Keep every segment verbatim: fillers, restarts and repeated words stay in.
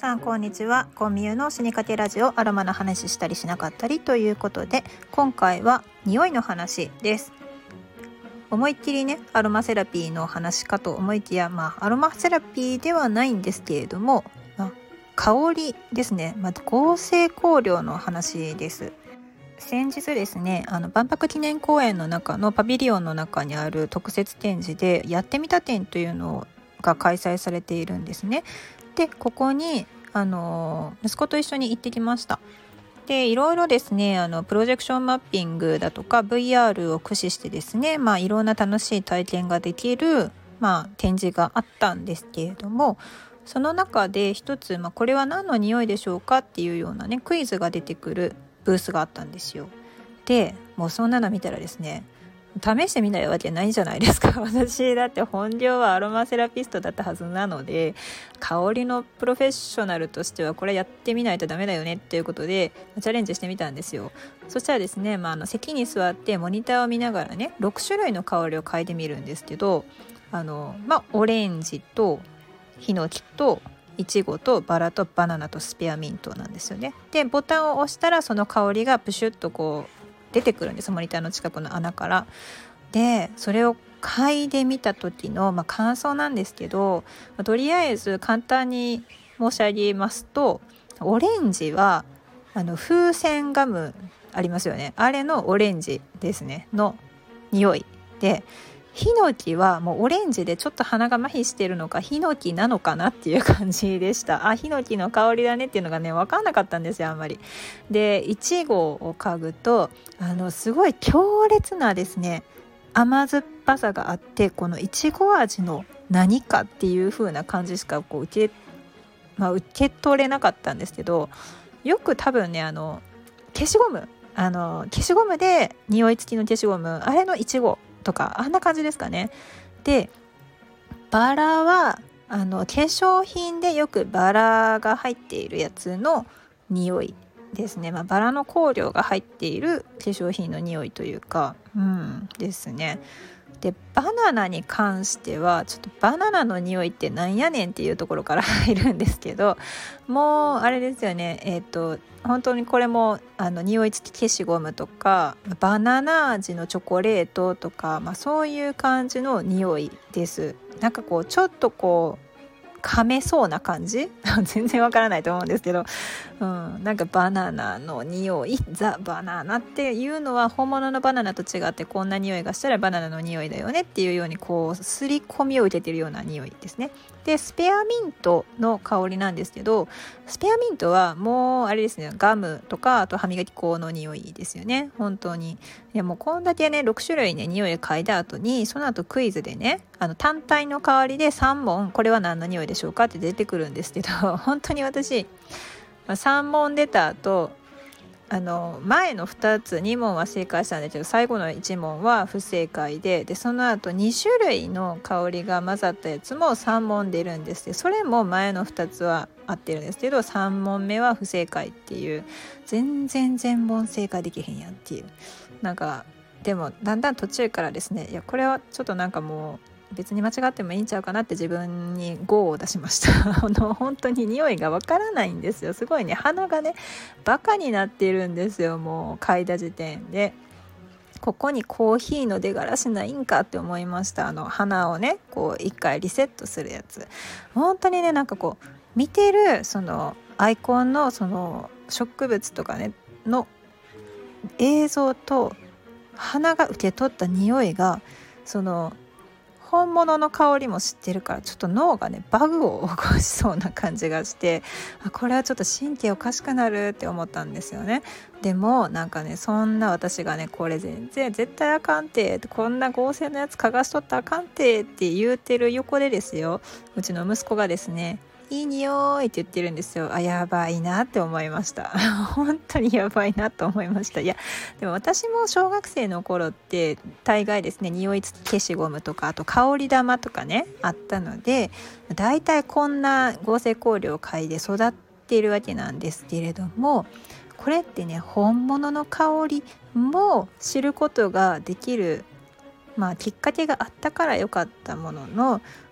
さんこんにちは。コンミュの死にかけラジオ、アロマの話したりしなかったりということで、今回は匂いの話です。思いっきりねアロマセラピーの話かと思いきや、まあアロマセラピーではないんですけれども、まあ、香りですね、まあ、合成香料の話です。先日ですね、あの万博記念公園の中のパビリオンの中にある特設展示でやってみた展というのが開催されているんですね。でここにあの息子と一緒に行ってきました。でいろいろですね、あのプロジェクションマッピングだとか ブイアール を駆使してですね、まあ、いろんな楽しい体験ができる、まあ、展示があったんですけれども、その中で一つ、まあ、これは何の匂いでしょうかっていうようなねクイズが出てくるブースがあったんですよ。でもうそんなの見たらですね、試してみないわけないじゃないですか。私だって本業はアロマセラピストだったはずなので、香りのプロフェッショナルとしてはこれやってみないとダメだよねっていうことでチャレンジしてみたんですよ。そしたらですね、まあ、あの席に座ってモニターを見ながらねろくしゅるいの香りを嗅いでみるんですけど、あの、まあ、オレンジとヒノキとイチゴとバラとバナナとスペアミントなんですよね。でボタンを押したらその香りがプシュッとこう出てくるんです、モニターの近くの穴から。でそれを嗅いでみた時の、まあ、感想なんですけど、まあ、とりあえず簡単に申し上げますと、オレンジはあの風船ガムありますよね、あれのオレンジですねの匂いで、ヒノキはもうオレンジでちょっと鼻が麻痺してるのかヒノキなのかなっていう感じでした。あ、ヒノキの香りだねっていうのがね分かんなかったんですよ、あんまり。でイチゴを嗅ぐとあのすごい強烈なですね甘酸っぱさがあって、このイチゴ味の何かっていう風な感じしかこう受け、まあ、受け取れなかったんですけど、よく多分ねあの消しゴムあの消しゴムで匂い付きの消しゴム、あれのイチゴとかあんな感じですかね。でバラはあの化粧品でよくバラが入っているやつの匂いですね、まあ、バラの香料が入っている化粧品の匂いというか、うんですね。でバナナに関してはちょっとバナナの匂いってなんやねんっていうところから入るんですけど、もうあれですよね、えっと本当にこれもあの匂い付き消しゴムとかバナナ味のチョコレートとか、まあ、そういう感じの匂いです。なんかこうちょっとこう噛めそうな感じ全然わからないと思うんですけど、うん、なんかバナナの匂い、ザ・バナナっていうのは本物のバナナと違ってこんな匂いがしたらバナナの匂いだよねっていうようにこう刷り込みを受けてるような匂いですね。でスペアミントの香りなんですけど、スペアミントはもうあれですね、ガムとかあと歯磨き粉の匂いですよね。本当にいやもうこんだけねろくしゅるいね匂いを嗅いだ後に、その後クイズでねあの単体の香りでさんもんこれは何の匂いでしょうかって出てくるんですけど、本当に私さんもん出た後あの前のふたつにもんは正解したんだけど最後のいちもんは不正解で、でその後にしゅるいの香りが混ざったやつもさんもん出るんですけど、それも前のふたつは合ってるんですけどさんもんめは不正解っていう、全然全問正解できへんやんっていう。なんかでもだんだん途中からですね、いやこれはちょっとなんかもう別に間違ってもいいんちゃうかなって自分にゴーを出しましたあの本当に匂いがわからないんですよ。すごいね鼻がねバカになってるんですよ、もう嗅いだ時点で。ここにコーヒーの出がらしないんかって思いました。あの鼻をねこう一回リセットするやつ、本当にねなんかこう見てるそのアイコンのその植物とかねの映像と鼻が受け取った匂いがその本物の香りも知ってるから、ちょっと脳がねバグを起こしそうな感じがして、あこれはちょっと神経おかしくなるって思ったんですよね。でもなんかねそんな私がねこれ全然絶対あかんて、こんな合成のやつ嗅がしとったらあかんてって言うてる横でですよ、うちの息子がですねいい匂いって言ってるんですよ。あやばいなって思いました本当にやばいなと思いました。いやでも私も小学生の頃って大概ですね匂い付き消しゴムとかあと香り玉とかねあったので、だいたいこんな合成香料を嗅いで育っているわけなんですけれども、これってね本物の香りも知ることができる、まあきっかけがあったからよかったものの、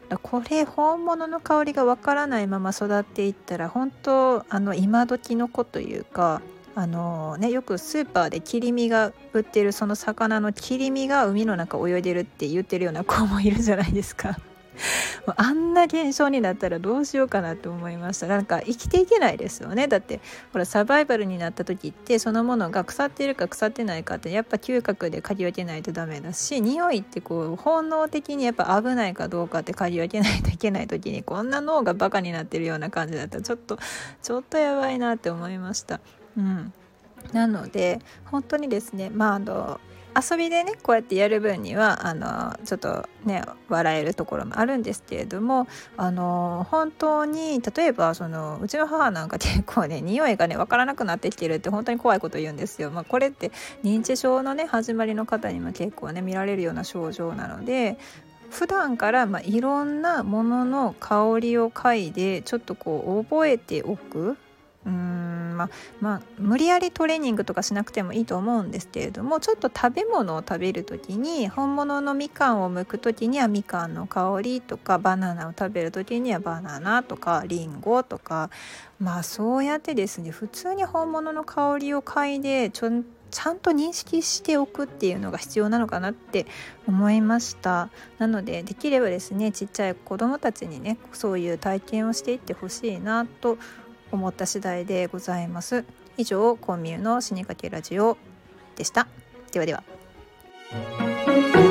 だこれ本物の香りがわからないまま育っていったら本当あの今時の子というか、あのね、よくスーパーで切り身が売ってるその魚の切り身が海の中泳いでるって言ってるような子もいるじゃないですか。あんな現象になったらどうしようかなと思いました。なんか生きていけないですよね。だってほらサバイバルになった時ってそのものが腐っているか腐ってないかってやっぱ嗅覚で嗅ぎ分けないとダメだし、匂いってこう本能的にやっぱ危ないかどうかって嗅ぎ分けないといけない時にこんな脳がバカになってるような感じだったらちょっとちょっとやばいなって思いました。うん、なので本当にですね、まああの遊びでねこうやってやる分にはあのちょっとね笑えるところもあるんですけれども、あの本当に例えばそのうちの母なんか結構ね匂いがね分からなくなってきてるって本当に怖いこと言うんですよ。まあ、これって認知症のね始まりの方にも結構ね見られるような症状なので、普段からまあいろんなものの香りを嗅いでちょっとこう覚えておく。うーんまあまあ、無理やりトレーニングとかしなくてもいいと思うんですけれども、ちょっと食べ物を食べるときに本物のみかんを剥くときにはみかんの香りとか、バナナを食べるときにはバナナとかリンゴとか、まあそうやってですね普通に本物の香りを嗅いでちょちゃんと認識しておくっていうのが必要なのかなって思いました。なのでできればですねちっちゃい子どもたちにねそういう体験をしていってほしいなと思った次第でございます。以上、コンミューの死にかけラジオでした。ではでは。